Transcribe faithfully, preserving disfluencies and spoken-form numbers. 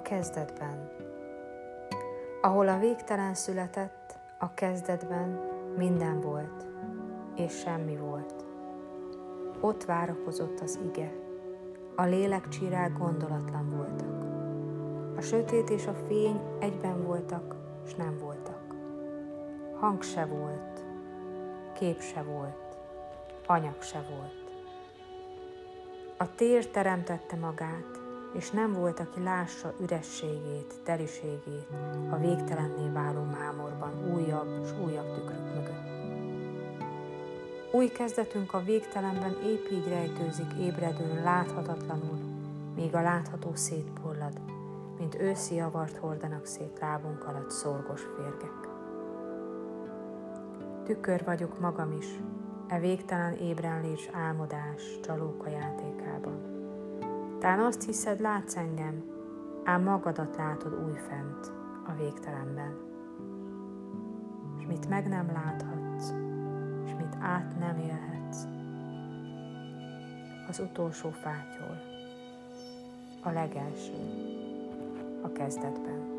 kezdetben. Ahol a végtelen született, a kezdetben minden volt, és semmi volt. Ott várakozott az ige, a lélekcsírák gondolatlan voltak. A sötét és a fény egyben voltak, s nem voltak. Hang se volt, kép se volt, anyag se volt. A tér teremtette magát, és nem volt, aki lássa ürességét, teliségét a végtelenné váló mámorban újabb s újabb tükrök mögött. Új kezdetünk a végtelenben épp így rejtőzik ébredőn láthatatlanul, míg a látható szétporlad, mint őszi javart hordanak szét lábunk alatt szorgos férgek. Tükör vagyok magam is, e végtelen ébrenlés álmodás csalóka játékában. Tán azt hiszed, látsz engem, ám magadat látod újfent a végtelenben. És mit meg nem láthatsz, és mit át nem élhetsz, az utolsó fátyol, a legelső, a kezdetben.